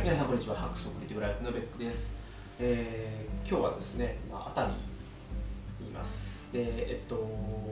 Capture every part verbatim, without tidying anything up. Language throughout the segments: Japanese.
皆さんこんにちは。ハックスクリエイティブライフのベックです。えー、今日はですね、まあ、熱海にいます。で、えっと、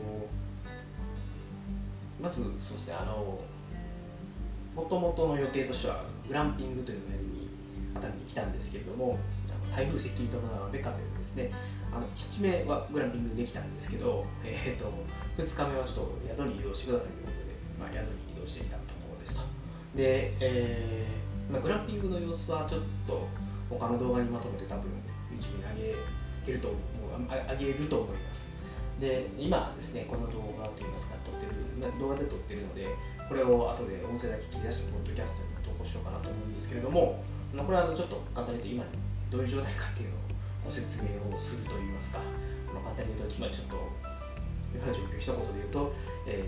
まず、そうですね、あの、もともとの予定としては、グランピングというのをやりに熱海に来たんですけれども、あの台風接近と伴う雨風でですね、あのいちにちめはグランピングできたんですけど、えー、っと、ふつかめはちょっと宿に移動してくださいということで、まあ、宿に移動してきたところですと。で、えーまあ、グランピングの様子はちょっと他の動画にまとめて多分 YouTube に上げてると思う上げると思います。で、今ですね、この動画といいますか、撮ってる動画で撮ってるので、これを後で音声だけ切り出してポッドキャストに投稿しようかなと思うんですけれども、これはちょっと簡単に言うと今どういう状態かっていうのをご説明をするといいますか、簡単に言うと今ちょっと今の状況を一言で言うと、え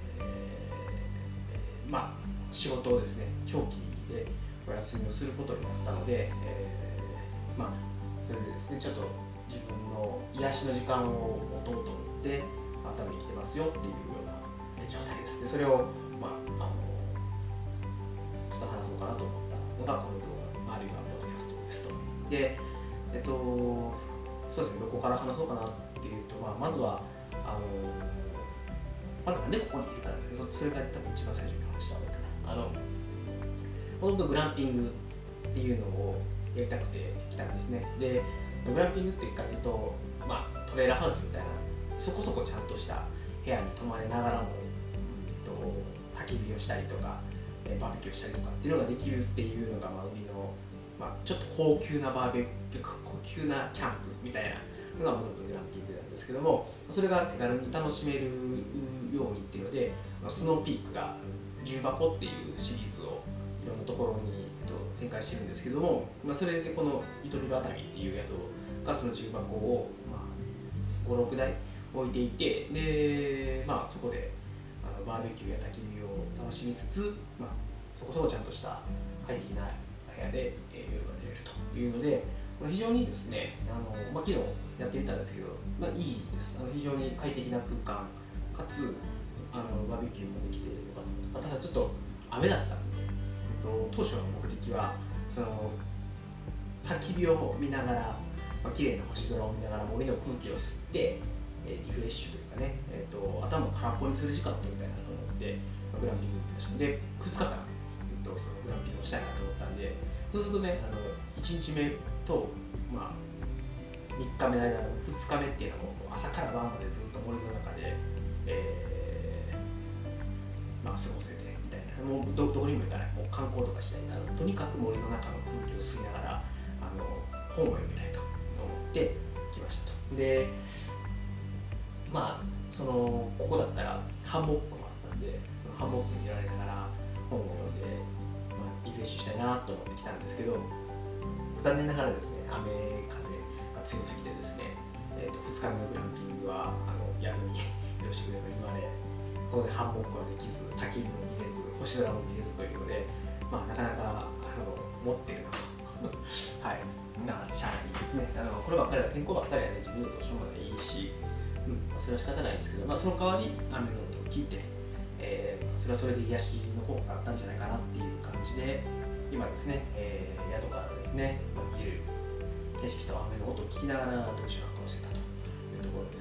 ー、まあ仕事をですね長期でお休みをすることになったので、えー、まあそれでですねちょっと自分の癒しの時間を持とうと思って熱海に来てますよっていうような状態ですね。それをまああのちょっと話そうかなと思ったのがこの動画、あるいはポッドキャストですと。で、えっとそうですね、どこから話そうかなっていうと、まあ、まずはあのまずなんでここにいるかですね。それが多分一番最初に話した方がいいかな。あのもともとグランピングっていうのをやりたくて来たんですね。で、グランピングっていうか言うと、まあ、トレーラーハウスみたいなそこそこちゃんとした部屋に泊まりながらも、うん、と焚き火をしたりとかバーベキューしたりとかっていうのができるっていうのがまあ売りの、まあ、ちょっと高級なバーベキュー高級なキャンプみたいなのがもともとグランピングなんですけども、それが手軽に楽しめるようにっていうので、スノーピークが重箱っていうシリーズをいろんなところに、えっと、展開してるんですけども、まあ、それでこのリトル熱海っていう宿がその重箱を、まあ、ご、ろくだい置いていて、で、まあ、そこであのバーベキューや焚き火を楽しみつつ、まあ、そこそこちゃんとした快適な部屋で、えー、夜が寝れるというので、まあ、非常にですね、あのまあ、昨日やってみたんですけど、まあ、いいです。あの非常に快適な空間かつあのバーベキューもできてよかった。ただちょっと雨だったんで、当初の目的はその焚き火を見ながら、まあ、綺麗な星空を見ながら森の空気を吸って、えー、リフレッシュというかね、えー、と頭を空っぽにする時間を取りたいなと思って、まあ、グランピングに来ましたのでふつかかん、えー、とそのグランピングをしたいなと思ったんで、そうするとねあのいちにちめと、まあ、みっかめの間のふつかめっていうのも朝から晩までずっと森の中で、えーまあ、過ごせてみたいな、もう ど, どこにも行かない、もう観光とかしない、あのとにかく森の中の空気を吸いながらあの本を読みたいと思って来ましたと。で、まあそのここだったらハンモックもあったんで、そのハンモックにいられながら本を読んで、まあ、リフレッシュしたいなと思って来たんですけど、残念ながらですね雨風が強すぎてですね、えー、とふつかめのグランピングはあの宿に移動してくれと言われ、当然ハンモックはできず、焚き火も見れず、星空も見れずというので、まあ、なかなかあの持っているなとはい、なしゃあないですね。あのこればっかりは天候ばっかりはね自分でどうしようもないし、うんまあ、それは仕方ないんですけど、まあ、その代わり雨の音を聞いて、えー、それはそれで癒しの効果があったんじゃないかなっていう感じで、今ですね、えー、宿からですね、まあ、見える景色と雨の音を聞きながら読書なんかをしてたというところです。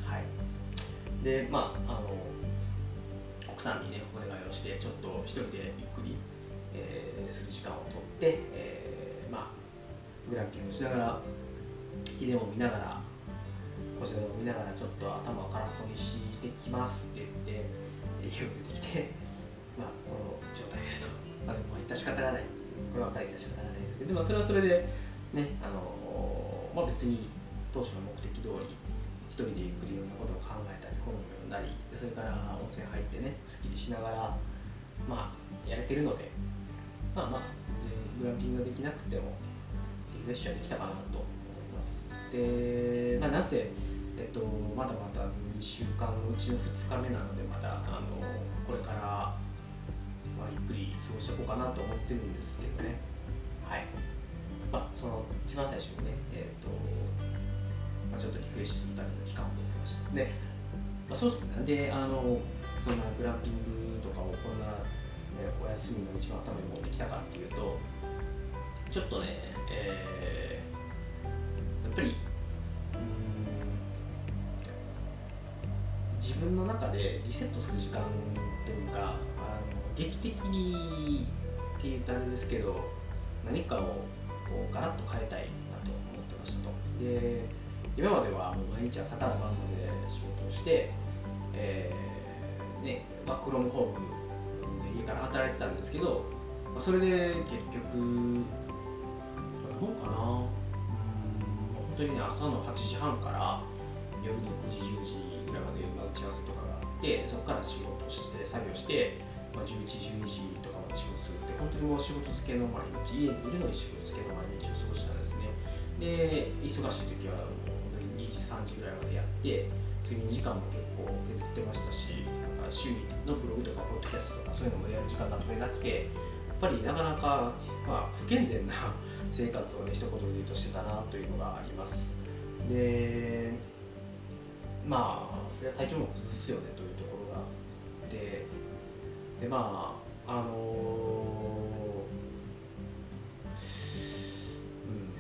はい、で、まあ、あの奥さんにねお願いをして、ちょっと一人でゆっくり、えー、する時間をとって、えー、まあグランピングをしながら秀を見ながら星空を見ながらちょっと頭を空っぽにしてきますって言って家を出てきて、まあこの状態ですと。まあでも致し方がない。これは分かり致し方がない。でもそれはそれでね、あのまあ別に当初の目的通り一人でゆっくりいろんなことを考えたり本を読んだり、それから温泉入ってねすっきりしながらまあやれてるので、まあまあ全然グランピングができなくてもリフレッシュはできたかなと思います。で、まあ、なぜ、えっと、まだまだにしゅうかんのうちのふつかめなので、まだあのこれから、まあ、ゆっくり過ごしていこうかなと思ってるんですけどね。はい。まあ、その一番最初にね、えっとまあ、ちょっとリフレッシュするための期間を設けました。で、まあ、そうそうなんであのそんなグランピングとかをこんな、ね、お休みの一番頭に持ってきたかっていうと、 ちょっとね、えー、やっぱり自分の中でリセットする時間というか、あの劇的にって言うとあれですけど、何かをこうガラッと変えたいなと思ってましたと。で、今まではもう毎日朝から晩まで仕事をして、えーね、ワークフロムホームで家から働いてたんですけど、まあ、それで結局どんなもんかな、うん、本当にね、朝のはちじはんから夜のくじじゅうじぐらいまで打ち合わせとかがあって、そこから仕事して作業して、まあ、じゅういちじゅうにじとかまで仕事するって、本当にもう仕事漬けの毎日、家にいるのに仕事漬けの毎日を過ごしたんですね。で、忙しい時はもうにじさんじぐらいまでやって、睡眠時間も結構削ってましたし、なんか週のブログとかポッドキャストとかそういうのもやる時間が取れなくて、やっぱりなかなか、まあ、不健全な生活をね、一言で言うとしてたなというのがあります。で、まあそれは体調も崩すよねというところがあって、でまああのー、うん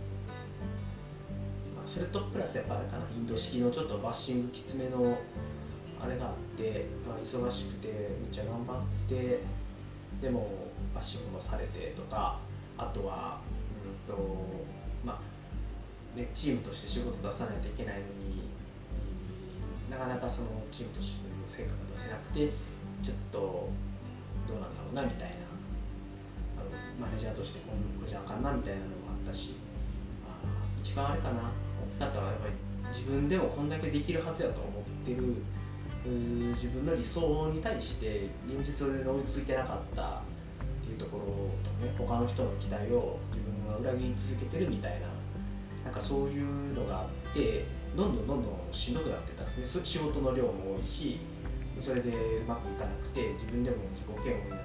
まあそれとプラスやっぱあれかな、インド式のちょっとバッシングきつめのあれがあって、まあ、忙しくてめっちゃ頑張ってでもバッシングもされてとか、あとはうんとまあね、チームとして仕事出さないといけないのになかなかそのチームとしての成果が出せなくて、ちょっとどうなんだろうなみたいな、あのマネージャーとしてこれじゃあかんなみたいなのもあったし、まあ、一番あれかな、大きかったのはやっぱり自分でもこんだけできるはずやと思ってる自分の理想に対して現実で追いついてなかったっていうところとね、他の人の期待を自分は裏切り続けてるみたいな、なんかそういうのがあって、どんどんどんどんしんどくなってたんですね。仕事の量も多いし、それでうまくいかなくて自分でも自己嫌悪になって、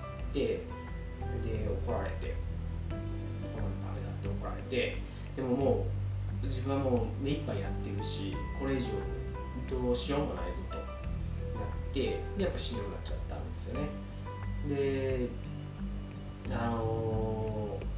で怒られて、このダメだって怒られて、でももう自分はもう目いっぱいやってるし、これ以上どうしようもないぞとなって、でやっぱしんどくなっちゃったんですよね。で、あのー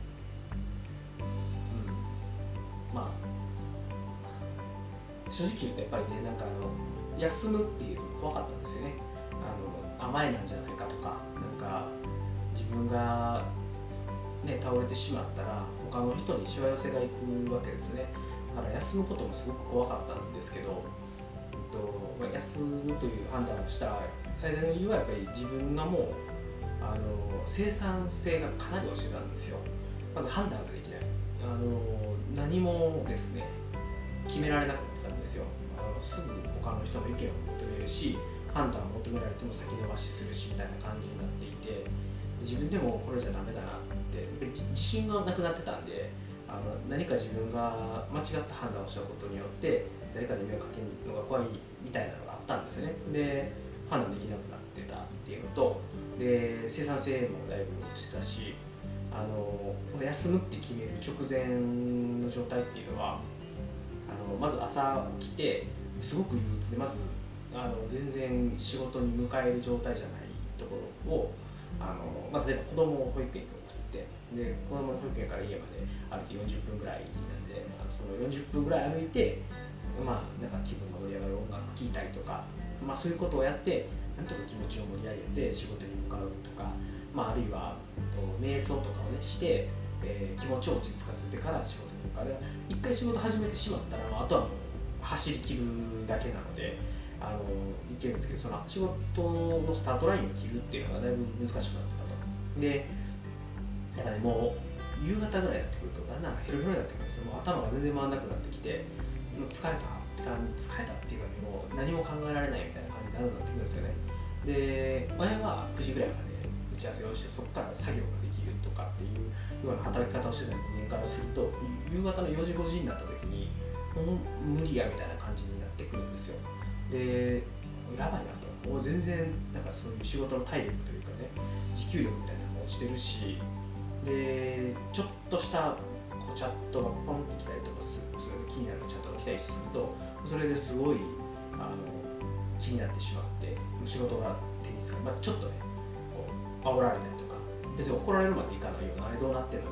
正直言うとやっぱりね、なんかあの休むっていうのも怖かったんですよね。あの甘えなんじゃないかとか、なんか自分が、ね、倒れてしまったら他の人にしわ寄せがいくわけですね。だから休むこともすごく怖かったんですけど、えっとまあ、休むという判断をした最大の理由はやっぱり自分がもうあの生産性がかなり落ちてたんですよ。まず判断ができない、あの何もですね決められなくなってたんですよ。あのすぐ他の人の意見を求めるし、判断を求められても先延ばしするしみたいな感じになっていて、自分でもこれじゃダメだなって自信がなくなってたんで、あの何か自分が間違った判断をしたことによって誰かに迷惑かけるのが怖いみたいなのがあったんですよね。で判断できなくなってたっていうのと、で生産性もだいぶ落ちてたし、あの休むって決める直前の状態っていうのは、あのまず朝起きてすごく憂鬱で、まずあの全然仕事に迎える状態じゃないところを、あの、まあ、例えば子供を保育園に送って、で子供の保育園から家まで歩いてよんじゅっぷんぐらいなんで、あのそのよんじゅっぷんぐらい歩いて、まあなんか気分が盛り上がる音楽聴いたりとか、まあ、そういうことをやってなんとか気持ちを盛り上げて仕事に向かうとか、まあ、あるいは瞑想とかをねして、えー、気持ちを落ち着かせてから仕事に向かう。で一回仕事始めてしまったら、あとはもう走り切るだけなので、あのいけるんですけど、その仕事のスタートラインを切るっていうのがだいぶ難しくなってたと。でだからね、もう夕方ぐらいになってくるとだんだんヘロヘロになってくるんですよ。もう頭が全然回らなくなってきて、もう疲れたって感じ、疲れたっていうか、ね、もう何も考えられないみたいな感じになるようになってくるんですよね。で前はくじぐらいまで打ち合わせをして、そこから作業ができるとかっていうような働き方をしてた人間からすると、夕方のよじごじになった時にもう無理やみたいな感じになってくるんですよ。でやばいなと、もう全然だからそういう仕事の体力というかね、持久力みたいなのも落ちてるし、でちょっとしたこうチャットがポンってきたりとかする、それ気になるチャットが来たりすると、それですごいあの気になってしまって、仕事が手につかない、まあ、ちょっとねこう煽られたりとか、別に怒られるまでいかないような、あれどうなってんのみたいなのが来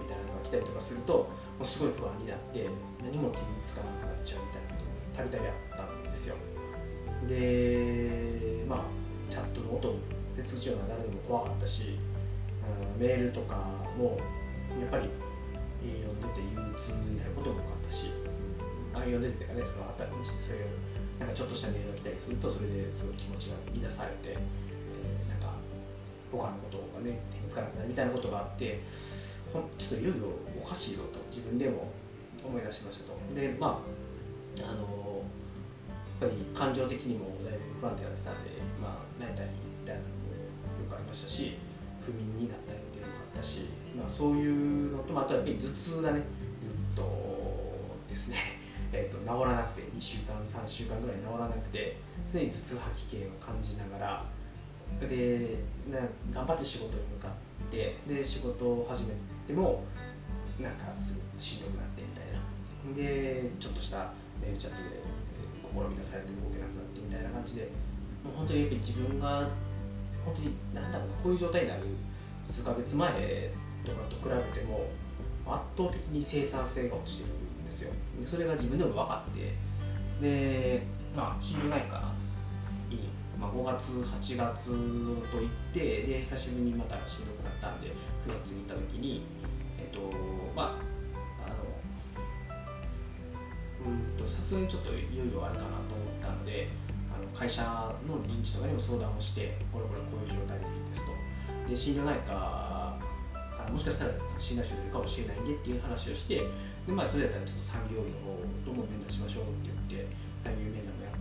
来たりとかするともうすごい不安になって何も手につかなくなっちゃうみたいなこともたびたびあったんですよ。でまあチャットの音で通知音が鳴るのも怖かったし、うん、メールとかもやっぱり読んでて憂鬱になることも多かったし、あ読んでてかね、そのあたりにそういうなんかちょっとしたメールが来たりするとそれですごい気持ちが乱されて、えー、なんか他のことがね手につかなくなるみたいなことがあって、ほんちょっといよいよおかしいぞと自分でも思い出しましたと。でまああのやっぱり感情的にもだいぶ不安定になってたんで、まあ、泣いたりみたいなのもよくありましたし、不眠になったりっていうのもあったし、まあ、そういうのと、まあ、あとはやっぱり頭痛がねずっとですねえと治らなくてにしゅうかんさんしゅうかんぐらい治らなくて、常に頭痛吐き気を感じながらでな頑張って仕事に向かってで仕事を始めてもなんかすごいしんどくなってみたいなでちょっとしたメールチャットで心満たされて動けなくなってみたいな感じで、もう本当にやっぱり自分が本当に何だろうな、こういう状態になる数ヶ月前とかと比べても圧倒的に生産性が落ちてるんですよ。でそれが自分でも分かって、でまあ心療内科に、まあ、ごがつはちがつと行ってで久しぶりにまたしんどくなったんでくがつに行った時にえっとまあさすがにちょっといよいよあれかなと思ったので、あの会社の人事とかにも相談をして、これこれこういう状態でいいですと。で、心療内科からもしかしたら診断書出るかもしれないんでっていう話をして、でまあ、それだったらちょっと産業医の方とも面談しましょうって言って、産業医面談もやって、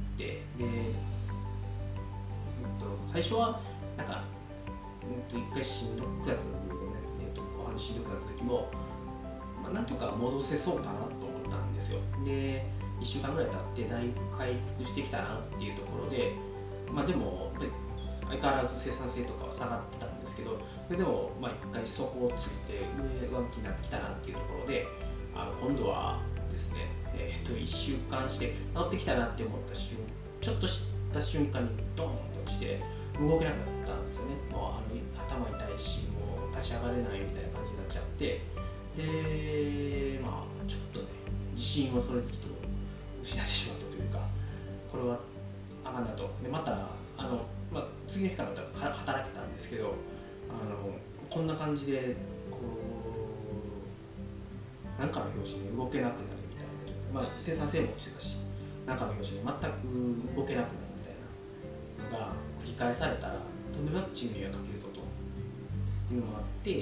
で、えっと、最初はなんか、うんと、一回しんどくなった、えっと、後半にしんどくなった時も、まあ、なんとか戻せそうかなと思ったんですよ。でいっしゅうかんぐらい経ってだいぶ回復してきたなっていうところで、まあでも相変わらず生産性とかは下がってたんですけど、それでもまあ一回底をついて上上向きになってきたなっていうところで、あの今度はですね、えー、っといっしゅうかんして治ってきたなって思った瞬ちょっとした瞬間にドーンと落ちて動けなくなったんですよね。もうあの頭痛いし、もう立ち上がれないみたいな感じになっちゃって、でまあちょっとね自信をそれでちょっと失ってしまったというか、これはあかんなと。でまたあの、まあ、次の日からまた働けたんですけど、あのこんな感じでこう何かの拍子に動けなくなるみたいな状態、まあ、生産性も落ちてたし何かの拍子に全く動けなくなるみたいなのが繰り返されたらとんでもなくチームにはかけるぞというのもあって、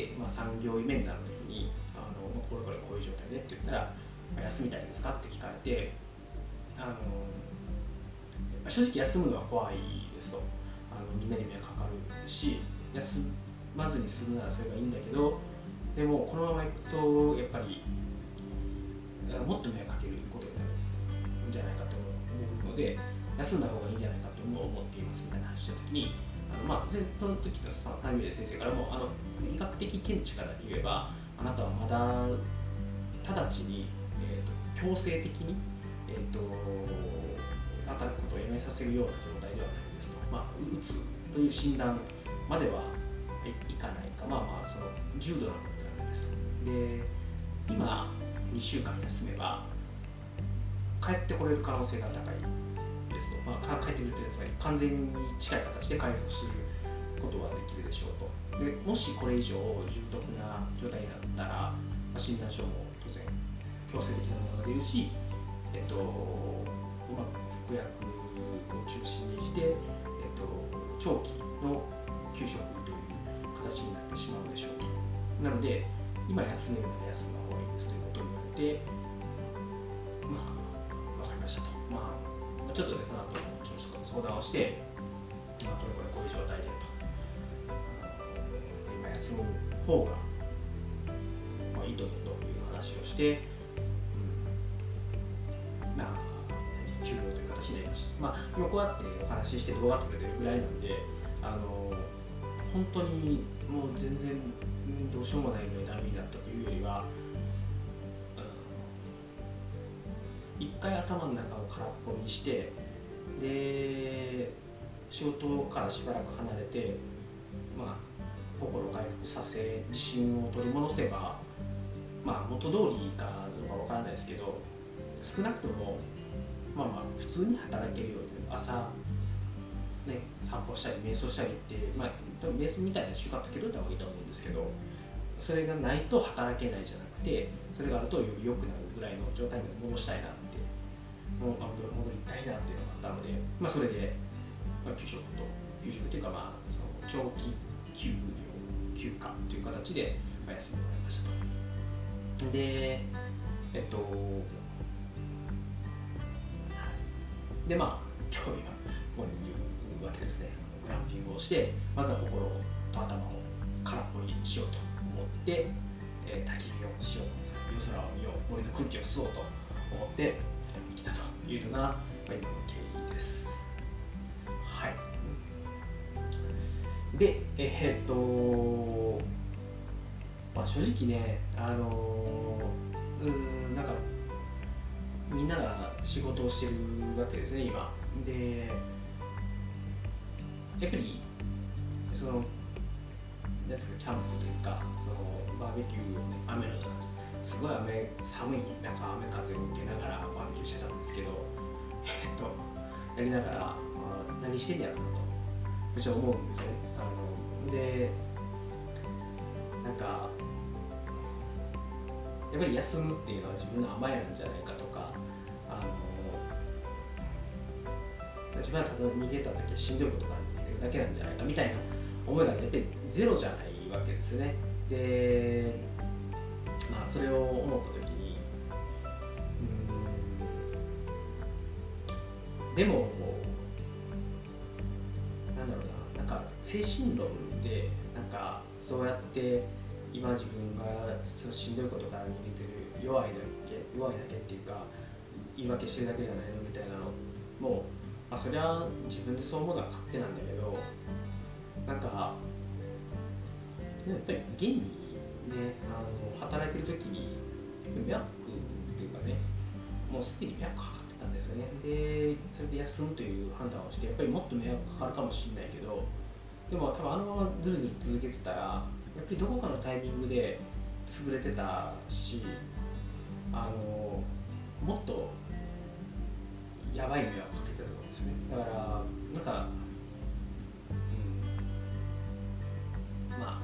まあ、産業医面談の時にあのこれこれこういう状態でって言ったら休みたいですかって聞かれて、あの正直休むのは怖いですと、あのみんなに迷惑かかるし休まずに済むならそれがいいんだけど、でもこのままいくとやっぱりもっと迷惑かけることになるんじゃないかと思うので休んだ方がいいんじゃないかと思っていますみたいな話した時に、あの、まあ、その時の産業医先生からもあの医学的見地から言えばあなたはまだ直ちにえー、と強制的に、えー、と働くことをやめさせるような状態ではないですと、まあ、うつという診断まではいかないか、まあまあその重度なことではないですと。で今にしゅうかん休めば帰ってこれる可能性が高いですと、まあ、帰ってくるというのはつまり完全に近い形で回復することはできるでしょうと。でもしこれ以上重篤な状態になったら、まあ、診断書も当然強制的なものが出るし、えっとまあ、服薬を中心にして、えっと、長期の休職という形になってしまうでしょうと。なので今休めるなら休んだ方がいいですということを言われて、まあ分かりましたと。まあちょっとねその後上司とかと相談をして、まあ、これこれこういう状態でと、今休む方が、まあ、いいと思うという話をして、まあ、終了という形になりました。まあ、今こうやってお話しして動画撮れてるぐらいなんで、あの本当にもう全然どうしようもないぐらいダメになったというよりは、うん、一回頭の中を空っぽにして、で仕事からしばらく離れて、まあ、心を回復させ自信を取り戻せば、 まあ元通りかどうかわからないですけど、少なくともまあまあ普通に働けるように朝ね散歩したり瞑想したりって、まあ多分瞑想みたいな習慣つけといた方がいいと思うんですけど、それがないと働けないじゃなくて、それがあるとより良くなるぐらいの状態まで戻したいなって、もう戻りたいなっていうのがあったので、まあそれで、まあ、休職と休職というか、まあその長期休業休暇という形で休みをもらいましたと。で、えっとでまあ今日はここにいるわけですね。グランピングをして、まずは心と頭を空っぽにしようと思って、えー、焚き火をしようと、夜空を見よう、森の空気を吸おうと思って来たというのが、まあ、今の経緯です。はい。で、えー、っと、まあ、正直ね、あのー、なんかみんなが仕事をしてるわけですね、今。で、やっぱりそのなんですか、キャンプというか、そのバーベキューをね、雨の中、すごい雨、寒い中、雨風を受けながらバーベキューしてたんですけど、えっと、やりながら、まあ、何してんやろうなと、私は思うんですよね。あので、なんか、やっぱり休むっていうのは自分の甘えなんじゃないかとか、あの自分はただ逃げただけ、しんどいことから逃げてるだけなんじゃないかみたいな思いがやっぱりゼロじゃないわけですね。で、まあそれを思った時に、うーんでもなんだろうな、なんか精神論でなんかそうやって今自分がそのしんどいことから逃げてる、弱いだけ弱いだけっていうか言い訳してるだけじゃないのみたいなのも、まあ、そりゃ自分でそう思うのは勝手なんだけど、なんかやっぱり現にね、あの働いてる時に迷惑っていうかね、もうすでに迷惑かかってたんですよね。で、それで休むという判断をして、やっぱりもっと迷惑かかるかもしれないけど、でも多分あのままずるずる続けてたら、やっぱりどこかのタイミングで潰れてたし、あのもっとやばい迷惑かけてたと思うんですよね。だからなんか、うん、まあ、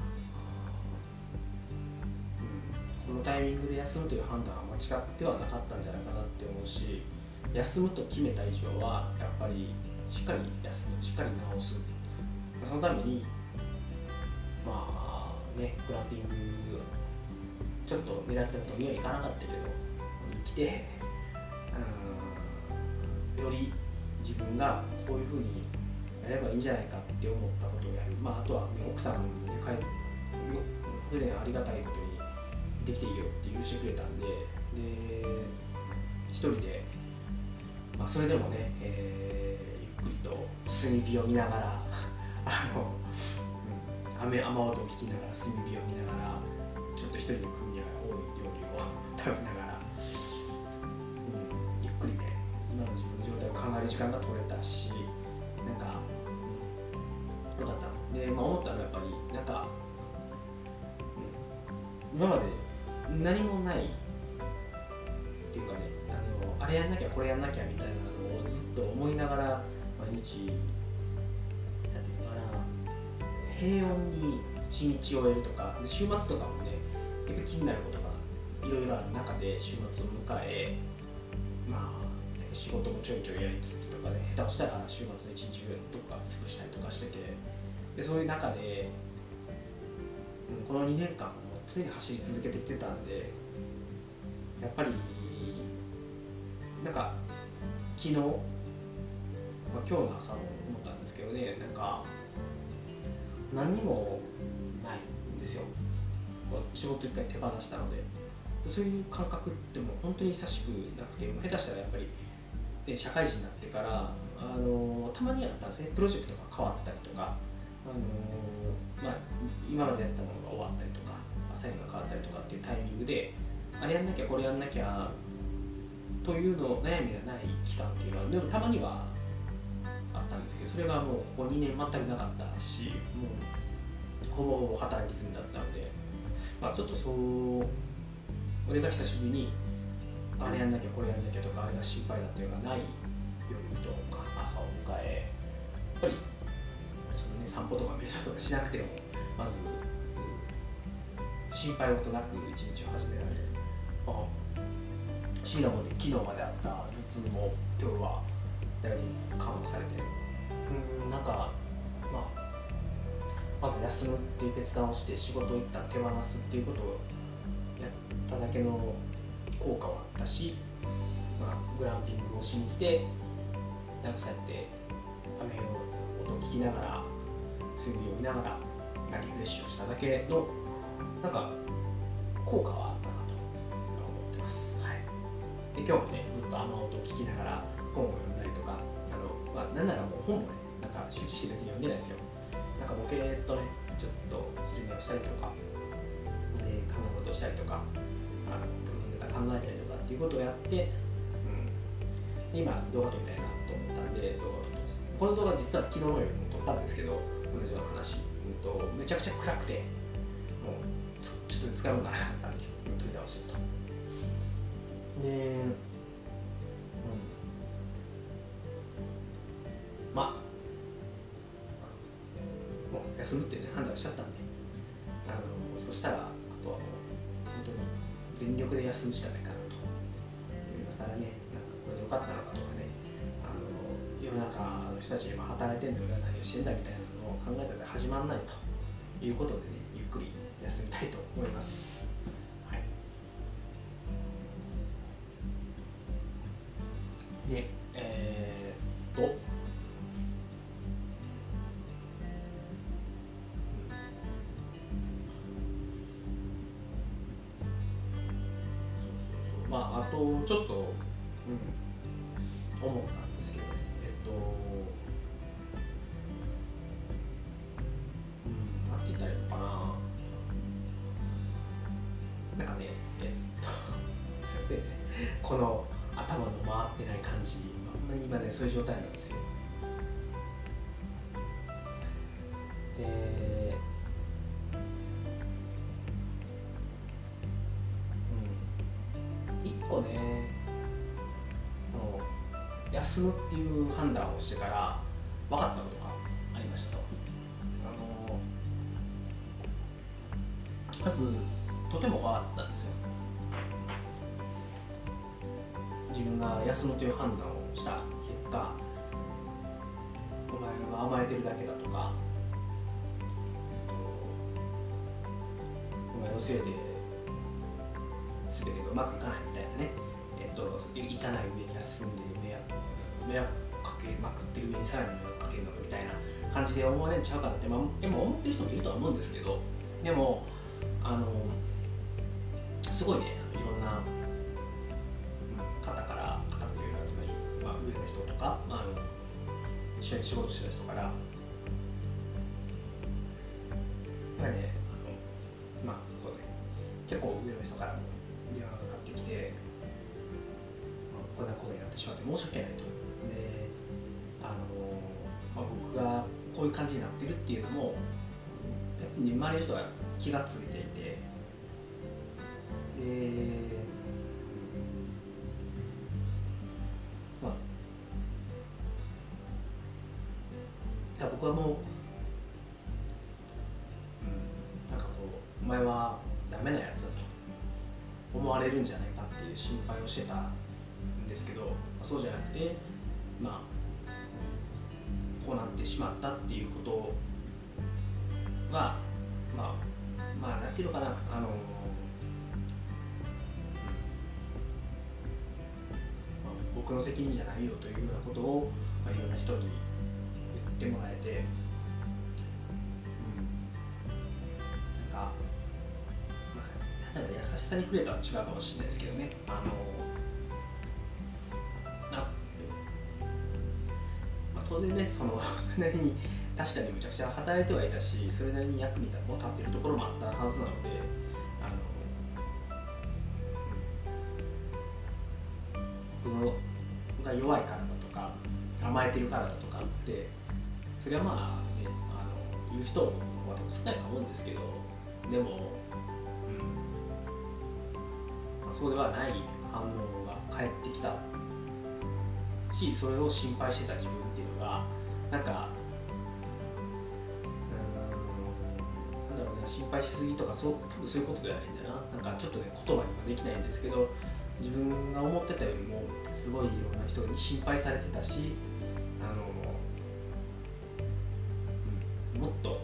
うん、このタイミングで休むという判断は間違ってはなかったんじゃないかなって思うし、休むと決めた以上はやっぱりしっかり休む、しっかり治す。そのためにまあね、グランピングちょっと狙ってたとにはいかなかったけど来て、うん、より自分がこういうふうにやればいいんじゃないかって思ったことをやる。まああとは、ね、奥さんで帰ってそれでありがたいことにできていいよって許してくれたんで、で一人で、まあ、それでもね、えー、ゆっくりと炭火を見ながらあの、うん、雨雨音を聞きながら炭火を見ながらちょっと一人で食いながら多い料理を食べながら、うん、ゆっくりね今の自分の状態を考える時間が取れたし、なんか、うん、よかったで、まあ、思ったのはやっぱりなんか、うん、今まで何もないっていうかね、あのあれやんなきゃこれやんなきゃみたいなのをずっと思いながら毎日なんていうのかな、平穏に一日を終えるとかで、週末とかもねやっぱ気になることがいろいろある中で週末を迎え、まあ仕事もちょいちょいやりつつとかね、下手をしたら週末の一日どっか尽くしたりとかしてて、でそういう中で、うん、このにねんかんも常に走り続けてきてたんで、やっぱりなんか昨日、まあ、今日の朝も思ったんですけどね、なんか何にもないんですよ。仕事一回手放したので、そういう感覚ってもう本当に久しくなくて、下手したらやっぱり、ね、社会人になってからあのたまにあったんですね。プロジェクトが変わったりとか、あの、まあ、今までやってたものが終わったりとか、アサインが変わったりとかっていうタイミングで、あれやんなきゃこれやんなきゃというの悩みがない期間っていうのはでもたまにはあったんですけど、それがもうここにねん全くなかったし、もうほぼほぼ働き済みだったので、まあ、ちょっとそう俺が久しぶりにあれやんなきゃこれやんなきゃとかあれが心配だっていうのがない夜とか朝を迎え、やっぱりその、ね、散歩とか瞑想とかしなくてもまず心配事なく一日を始められる。あ、不思議なもんで昨日まであった頭痛も今日はだいぶ緩和されて、うん、なんかまあまず休むっていう決断をして仕事を一旦手放すっていうことをやっただけの効果はあったし、まあ、グランピングをしに来てなんかそうやって雨の音を聞きながら睡眠を見ながらリフレッシュをしただけのなんか効果はあったなと思ってます。はい、で今日もねずっと雨音を聞きながら本を読んだりとか、あの、まあ、なんならもう本もねなんか集中して別に読んでないですよ。なんかボケーっとねちょっと昼寝をしたりとかで考え事をしたりとか、あのブログネタ考えたりとかっていうことをやって、うん、で今動画撮りたいなと思ったんで動画を撮ってます。この動画実は昨日の夜も撮ったんですけど同じような話、うんと、めちゃくちゃ暗くてもうちょっと使うのがなかったんで撮り直してると。で、うん、まあもう休むっていうね判断しちゃったんで、あのそしたらあとはもう本当に全力で休むしかないかなと。今更ねなんかこれでよかったのかとかね、あの世の中の人たち今働いてんの俺は何をしてんだみたいなのを考えたら始まらないということでね、ゆっくり休みたいと思います。はい、で、えー、っとまあ、あとちょっと、うん、思ったんですけど、えっと、うん、なんて言ったらいいのかな。なんかね、えっと、すいませんね、この頭の回ってない感じ、まあ、今ね、そういう状態なんですよ。で、一個ね、休むっていう判断をしてから分かったことがありましたと。あのまずとても怖かったんですよ。自分が休むという判断をした結果、お前は甘えてるだけだとか、お前のせいで全てがうまくいかないみたいなね、えっと、いかない上に休んで迷惑迷惑かけまくってる上にさらに迷惑かけるのかみたいな感じで思われるんちゃうかなって、まあ、でも思ってる人もいるとは思うんですけど、でもあのすごいね、いろんな方から方というのはつまり、まあ、上の人とか、まあ、あの一緒に仕事してた人からやっぱりね、あのまあそうね、結構上の人からも電話がかかってきて、まあ、こんなことになってしまって申し訳ないと。で、あの、まあ、僕がこういう感じになってるっていうのもやっぱり周りの人は気がついていて、で、まあ僕はもう、うん、なんかこうお前はダメなやつだと思われるんじゃないかっていう心配をしてたんですけど、まあ、そうじゃなくて、まあこうなってしまったっていうことは、まあまあなんていうのかな、あの、まあ、僕の責任じゃないよというようなことを、まあ、いろんな人に言ってもらえて、うん、なんか、まあ、なんだろう、優しさに触れたは違うかもしれないですけどね、あのあ、まあ、当然ね、そのそれなりに確かにむちゃくちゃ働いてはいたし、それなりに役に立っているところもあったはずなので、あの僕が弱いからだとか甘えてるからだとかって、それはまあね、あの言う人も少ないと思うんですけど、でも、うん、 あ、そうではない反応が返ってきたし、それを心配してた自分っていうのがなんかうーんなんだろうな、心配しすぎとかそう多分そういうことではないんだな。なんかちょっとね言葉にはできないんですけど、自分が思ってたよりもすごいいろんな人に心配されてたし、あの、うん、もっとこ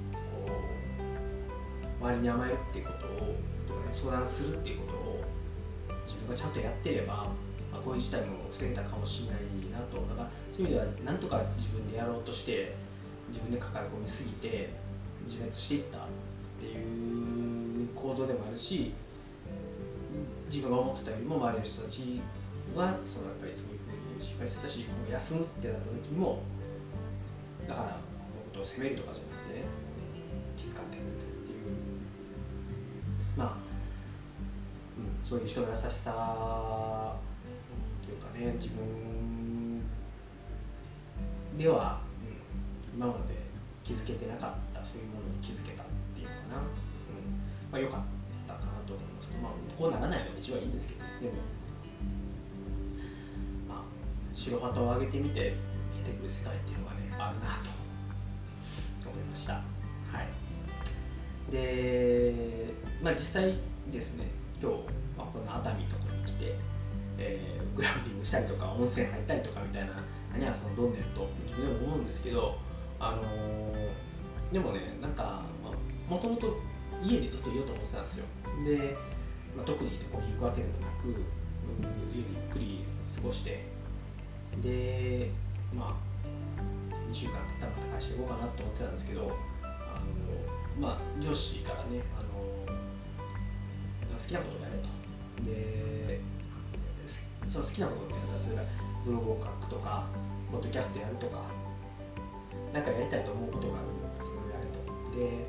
う周りに甘えるっていうことを、ね、相談するっていうことを自分がちゃんとやってれば、まあ、こういう事態も防げたかもしれないなと。だからそういう意味ではなんとか自分でやろうとして自分で抱え込みすぎて自滅していったっていう構造でもあるし、自分が思ってたよりも周りの人たちはそのやっぱりそういうふうに心配してたし、こう休むってなった時もだからこのことを責めるとかじゃなくてね、気遣ってくれてるっていう、まあ、うん、そういう人の優しさというかね、自分では、うん、今まで気づけてなかったそういうものに気づけたっていうのかな、うん、まあ、よかったかなと思います。まあ、こうならないのが一番いいんですけど、ね、でも、まあ、白旗を上げてみて見えてくる世界っていうのがねあるなと思いました。はい。で、まあ、実際ですね、今日、まあ、この熱海とかに来て、えー、グランピングしたりとか温泉入ったりとかみたいな、何はそのどんねんと自分でも思うんですけど、あのー、でもね、なんかもともと家にずっといようと思ってたんですよ。で、まあ、特にどこに行くわけでもなく、うん、家にゆっくり過ごして、で、まあにしゅうかん経ったらまた会社行こうかなと思ってたんですけど、あのまあ上司からね、あの好きなことをやれと。で、その好きなことっていうのは例えばブログを書くとか、ポッドキャストやるとか、なんかやりたいと思うことがあるんだったらそれをやれと。で、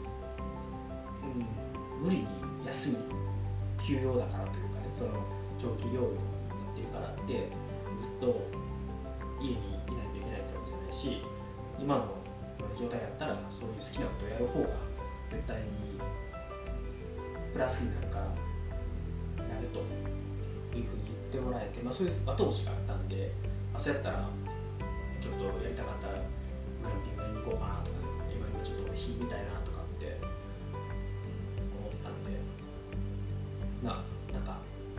うん、無理に休み休養だからというかね、その長期療養になってるからってずっと家にいないといけないってわけじゃないし、今の状態だったらそういう好きなことをやる方が絶対にプラスになるからやれというふうに言ってもらえて、まあ、そういう後押しがあったんで、まあ、そうやったらちょっとやりたかったグランピングに行こうかなとかね、今今ちょっと火みたいなとかって思ったんで、まあなんか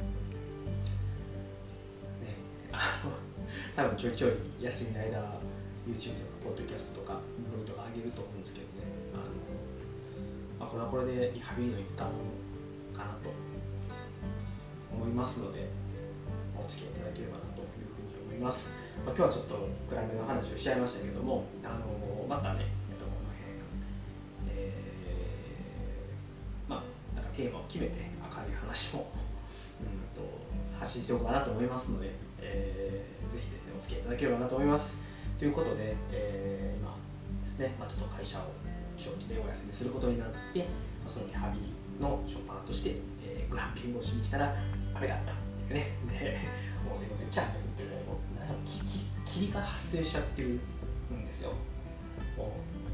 ね、あの多分ちょいちょい休みの間 YouTube とかポッドキャストとかブログとか上げると思うんですけどね、あの、まあ、これはこれでリハビリの一環かなと思いますので、お付き合いいただければなというふうに思います。まあ、今日はちょっと暗めの話をしちゃいましたけども、あのまたね、えっと、この辺、えー、まあなんかテーマを決めて明るい話もうんと発信しておこうかなと思いますので、えー、ぜひですねお付き合いいただければなと思います。ということで、えー、今ですね、まあ、ちょっと会社を長期でお休みすることになって、まあ、そのリハビリの初っ端として、えー、グランピングをしに来たら雨だったっていうね。でもう今めっちゃ雨降ってるね。もうなんか霧が発生しちゃってるんですよ。も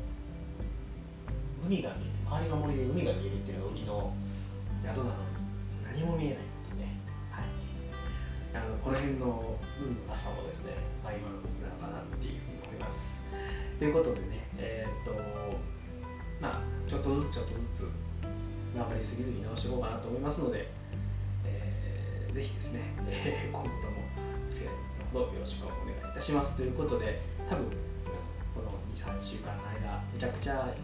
う海が見えて、周りの森で海が見えるっていうのが海の宿なのに何も見えないっていうね。はい、あのこの辺の運のなさもですね、まあ、今の僕なのかなっていうふうに思います。ということでね、えー、っとまあちょっとずつちょっとずつ頑張りすぎずに直していこうかなと思いますので、えー、ぜひですね、えー、今後ともお付き合いのほどよろしくお願いいたします。ということで、多分このに、さんしゅうかんの間めちゃくちゃ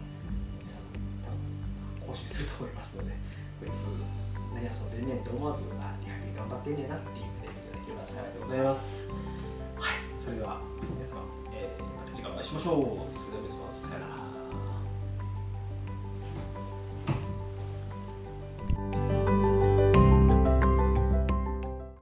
多分更新すると思いますので、こいつ何遊んでんねんと思わず、あ、リハビリ頑張ってんねんなっていう目で見ていただければ幸いでございます。はい、それでは皆様、えー、また次回お会いしましょう。それでは皆様、さよなら。